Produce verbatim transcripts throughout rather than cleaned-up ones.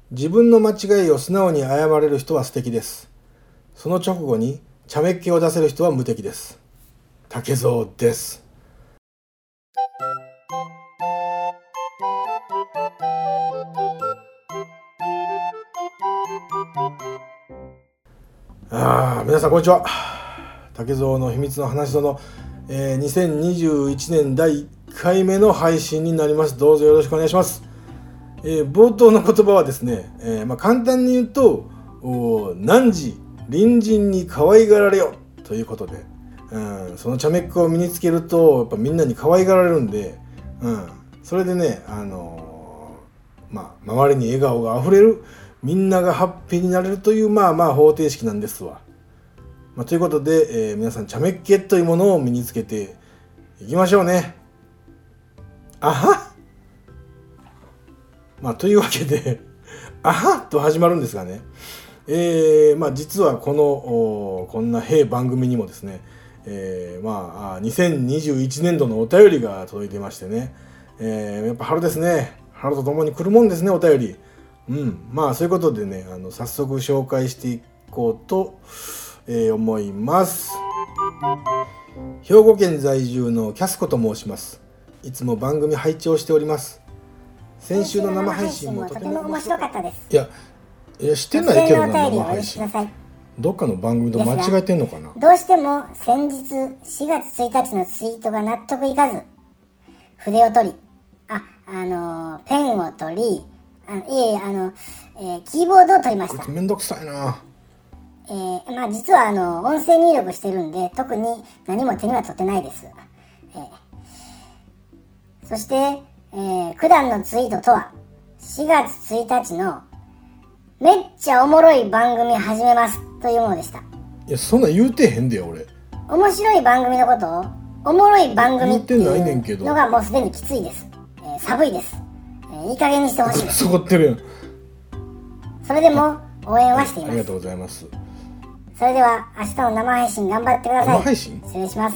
自分の間違いを素直に謝れる人は素敵です。その直後に茶目っ気を出せる人は無敵です。竹蔵です。あー、皆さんこんにちは。竹蔵の秘密の話の、えー、にせんにじゅういちねんだいいっかいめの配信になります。どうぞよろしくお願いします。えー、冒頭の言葉はですね、えーまあ、簡単に言うと、汝隣人に可愛がられよということで、うん、その茶目っ気を身につけるとやっぱみんなに可愛がられるんで、うん、それでね、あのーまあ、周りに笑顔があふれる、みんながハッピーになれるというまあまあ方程式なんですわ。まあ、ということで、えー、皆さん茶目っ気というものを身につけていきましょうね。あはまあ、というわけであはと始まるんですがね、えーまあ、実はこのこんな平番組にもですね、えー、まあにせんにじゅういちねんどのお便りが届いてましてね、えー、やっぱ春ですね。春とともに来るもんですね、お便り。うん、まあそういうことでね、あの早速紹介していこうと、えー、思います。兵庫県在住のキャスコと申します。いつも番組拝聴しております。先週の生配信もとても面白かったです。いや、いやしてないけどな、生配信。どっかの番組と間違えてんのかな。 どうしても先日しがつついたちのツイートが納得いかず、筆を取り、あ、あのペンを取り、あのいえいえあの、えー、キーボードを取りました。 めんどくさいな。 えー、まあ実はあの音声入力してるんで特に何も手には取ってないです。えー、そして、えー、九段のツイートとはしがつついたちのめっちゃおもろい番組始めますというものでした。 いや、そんな言うてへんでよ俺。 面白い番組のことをおもろい番組っていうのがもうすでにきついです。えー、寒いです。えー、いい加減にしてほしいです。 そこってるやん。 それでも応援はしています。 ありがとうございます。 それでは明日の生配信頑張ってください。 生配信？ 失礼します。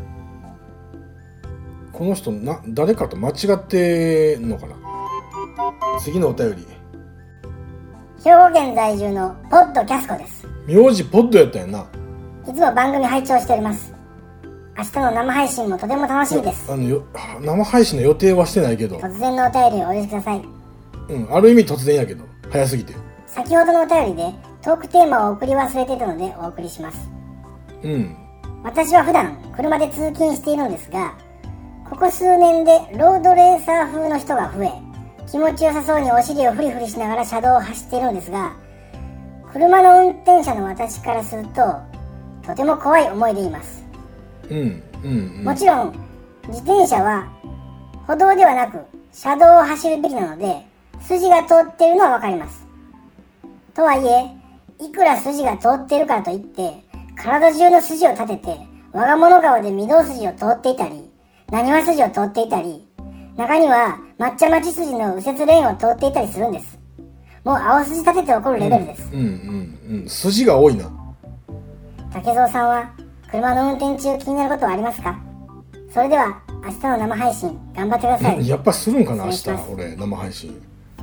この人な誰かと間違ってんのかな。次のお便り。 兵庫県在住のポッドキャスコです。 名字ポッドやったんやな。 いつも番組拝聴しております。明日の生配信もとても楽しみです。 あのよ生配信の予定はしてないけど、 突然のお便りをお許しください。 うん、ある意味突然やけど早すぎて。 先ほどのお便りでトークテーマを送り忘れていたのでお送りします。 うん。 私は普段車で通勤しているんですが、ここ数年でロードレーサー風の人が増え、気持ちよさそうにお尻をフリフリしながら車道を走っているんですが、車の運転者の私からするととても怖い思いでいます。 うんうんうん、 もちろん自転車は歩道ではなく車道を走るべきなので筋が通っているのはわかります。とはいえ、いくら筋が通っているからといって体中の筋を立てて我が物顔で御堂筋を通っていたり、なにわ筋を通っていたり、中には抹茶町筋の右折レーンを通っていたりするんです。もう青筋立てて怒るレベルです。 うんうんうんうん、筋が多いな。 竹蔵さんは車の運転中気になることはありますか？それでは明日の生配信頑張ってください。 やっぱするんかな明日俺生配信。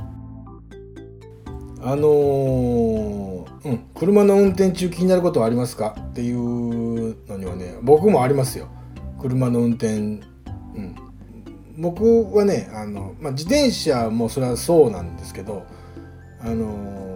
あのー、うん、車の運転中気になることはありますかっていうのにはね、僕もありますよ。車の運転、うん、僕はね、あの、まあ、自転車もそれはそうなんですけど、あの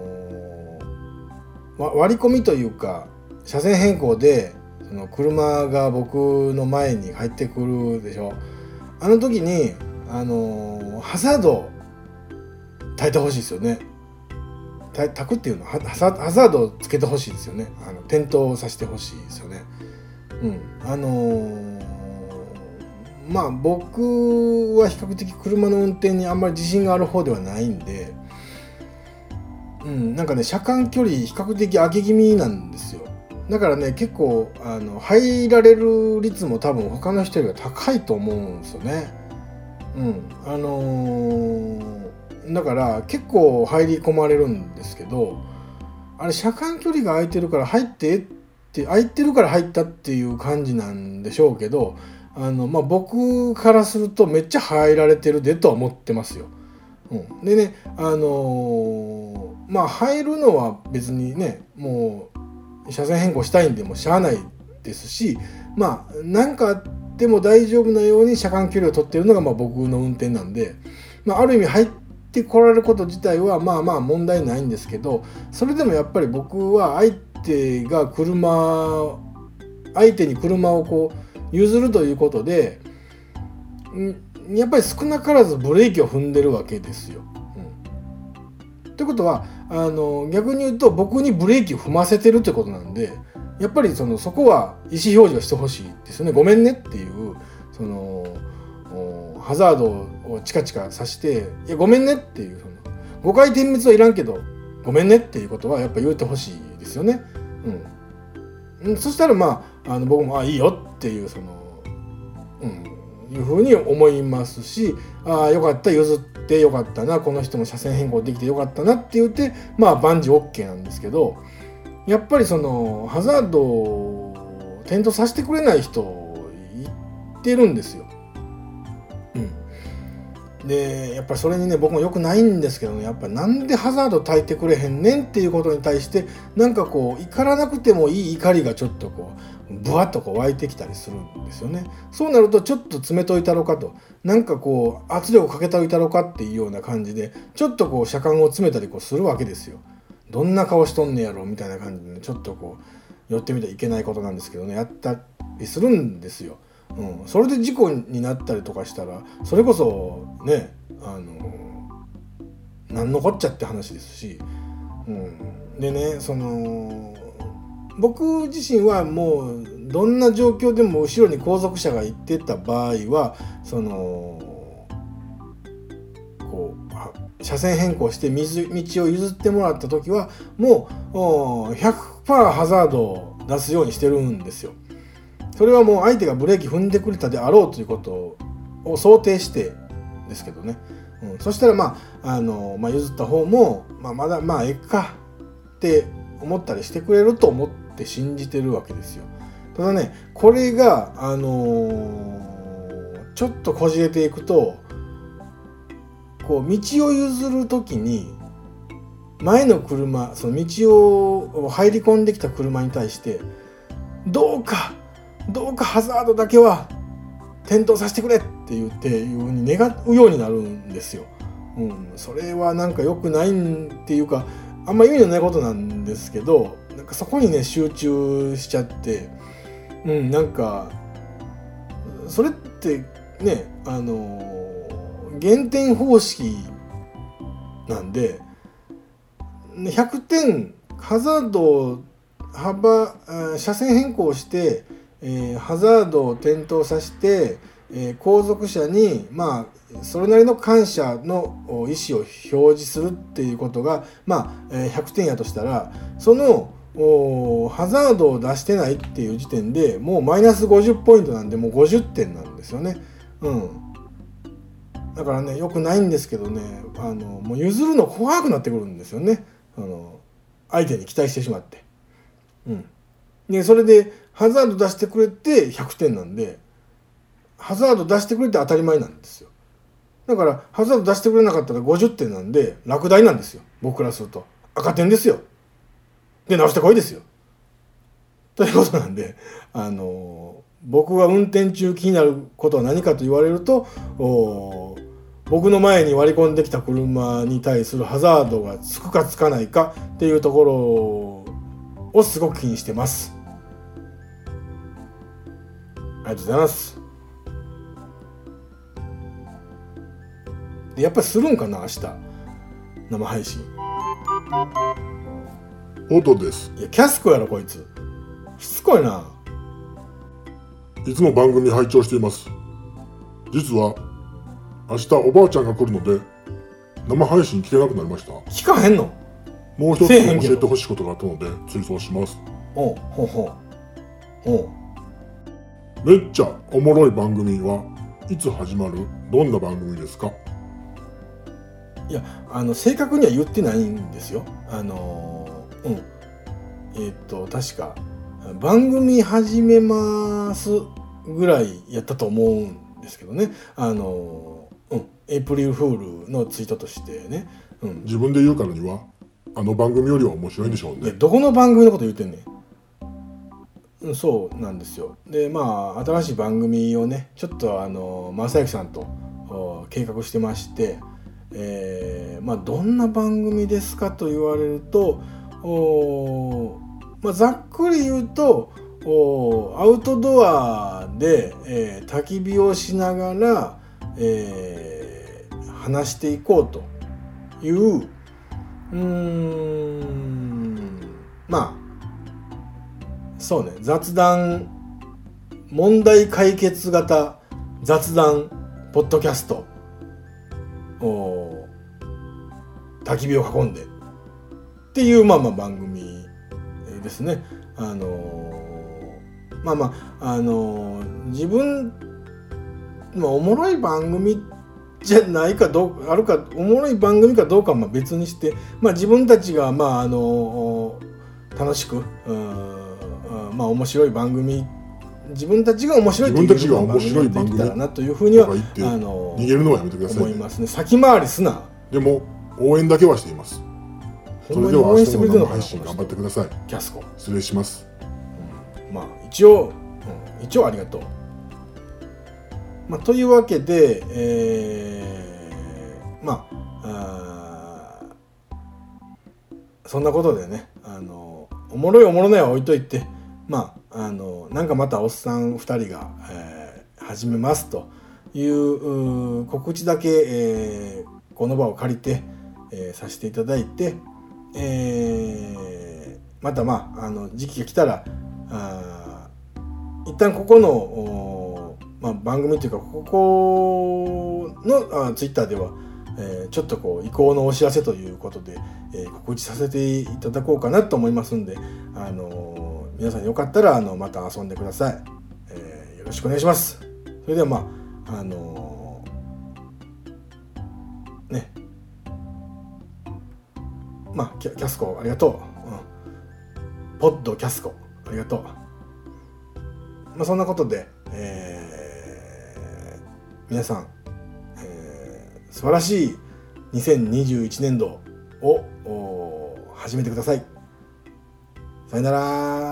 ー、割り込みというか車線変更でその車が僕の前に入ってくるでしょ。あの時に、あのー、ハザード焚いてほしいですよね。焚くっていうのはハザードをつけてほしいですよね。あの点灯させてほしいですよね。うん、あのー、まあ僕は比較的車の運転にあんまり自信がある方ではないんで、うん、なんかね車間距離比較的空け気味なんですよ。だからね結構あの入られる率も多分他の人よりは高いと思うんですよね。うん、あのー、だから結構入り込まれるんですけど、あれ車間距離が空いてるから入ってって空いてるから入ったっていう感じなんでしょうけど、あの、まあ、僕からするとめっちゃ入られてるでとは思ってますよ。 うん、でねあのー、まあ入るのは別にねもう車線変更したいんでもしゃあないですし、まあ何かあっても大丈夫なように車間距離を取っているのがまあ僕の運転なんで、まあ、ある意味入ってこられること自体はまあまあ問題ないんですけど、それでもやっぱり僕は相手が車相手に車をこう譲るということでやっぱり少なからずブレーキを踏んでるわけですよ。うん、ということはあの逆に言うと僕にブレーキを踏ませてるってことなんで、やっぱりそのそこは意思表示をしてほしいですよね。ごめんねっていうそのハザードをチカチカさしていやごめんねっていうその誤解点滅はいらんけどごめんねっていうことはやっぱ言ってほしいですよね。うん、そしたらまあ、あの僕もあいいよっていうその、うん、いうふうに思いますし、ああよかった譲ってよかったなこの人も車線変更できてよかったなって言ってまあ万事 OK なんですけど、やっぱりそのハザードを点灯させてくれない人いってるんですよ。うん、でやっぱりそれにね僕もよくないんですけどね、やっぱりなんでハザード焚いてくれへんねんっていうことに対してなんかこう怒らなくてもいい怒りがちょっとこうブワッとこう湧いてきたりするんですよね。そうなるとちょっと詰めといたろかと、なんかこう圧力をかけといたろかっていうような感じでちょっとこう車間を詰めたりこうするわけですよ。どんな顔しとんねやろみたいな感じで、ね、ちょっとこう寄ってみたらいけないことなんですけどねやったりするんですよ。うん、それで事故になったりとかしたらそれこそねあの何のこっちゃって話ですし、うん、でねその僕自身はもうどんな状況でも後ろに後続車が行ってた場合はそのこう車線変更して道を譲ってもらった時はもう ひゃくパーセント ハザードを出すようにしてるんですよ。それはもう相手がブレーキ踏んでくれたであろうということを想定してですけどね、うん、そしたらまああの、まあ、譲った方も、まあ、まだまあええかって思ったりしてくれると思って信じてるわけですよ。ただねこれがあのー、ちょっとこじれていくとこう道を譲る時に前の車その道を入り込んできた車に対してどうかどうかハザードだけは点灯させてくれって言っていう風に願うようになるんですよ。うん、それはなんか良くないっていうかあんま意味のないことなんですけど、なんかそこにね集中しちゃって、うん、なんかそれってねあの減点方式なんでひゃくてんハザード幅車線変更してえー、ハザードを点灯させて、えー、後続車にまあそれなりの感謝の意思を表示するっていうことがまあ、えー、ひゃくてんやとしたらそのハザードを出してないっていう時点でもうマイナスごじゅうポイントなんでもうごじゅってんなんですよね。うん。だからねよくないんですけどねあのもう譲るの怖くなってくるんですよね。あの相手に期待してしまって。うん。でそれでハザード出してくれてひゃくてんなんでハザード出してくれて当たり前なんですよ。だからハザード出してくれなかったらごじゅってんなんで落第なんですよ。僕からすると赤点ですよ。で直してこいですよ。ということなんであの僕が運転中気になることは何かと言われると僕の前に割り込んできた車に対するハザードがつくかつかないかっていうところをすごく気にしてます。ありがとうございます。でやっぱりするんかな明日生配信。 音です。 いやキャスコやろこいつ。しつこいな。 いつも番組拝聴しています。実は明日おばあちゃんが来るので生配信聞けなくなりました。 聞かへんの？ もう一つ教えてほしいことがあったので追走します。 おうほうほう。おう。 めっちゃおもろい番組はいつ始まる？どんな番組ですか？ いやあの正確には言ってないんですよ。あのうんえっと確か番組始めますぐらいやったと思うんですけどね。あのうんエイプリルフールのツイートとしてね、うん、 自分で言うからにはあの番組よりは面白いんでしょうね。 どこの番組のこと言ってんねん。そうなんですよ。でまあ新しい番組をねちょっとあの正行さんと計画してまして、えー、まあどんな番組ですかと言われると、お、まあ、ざっくり言うとおアウトドアで、えー、焚き火をしながら、えー、話していこうといううーんまあそうね雑談問題解決型雑談ポッドキャストお焚き火を囲んでっていうまあまあ番組ですね。あのー、まあまああのー、自分まあおもろい番組じゃないかどうあるかおもろい番組かどうかはまあ別にして、まあ自分たちがまああのー、楽しくまあ面白い番組自分たちが面白いという自分たちが面白い番組できたらなというふうにはあの逃げるのはやめてください、ね、 思いますね。先回りすな。 でも応援だけはしています。それでは明日の生配信頑張ってください。 キャスコ失礼します、 うん、まあ一応、うん、一応ありがとう。まあ、というわけで、えー、まあ、あそんなことでねあのおもろいおもろないは置いといてまああのなんかまたおっさんふたりが、えー、始めますという告知だけ、えー、この場を借りて、えー、させていただいて、えー、またまああの時期が来たらあ一旦ここの、まあ、番組というかここのあツイッターでは、えー、ちょっとこう移行のお知らせということで、えー、告知させていただこうかなと思いますんで、あのー、皆さんよかったらあのまた遊んでください、えー、よろしくお願いします。それではまああのー、ねまあキャ、キャスコありがとう、うん、ポッドキャスコありがとう。まあそんなことで、えー、皆さん、えー、素晴らしいにせんにじゅういちねんどを始めてください。さよなら。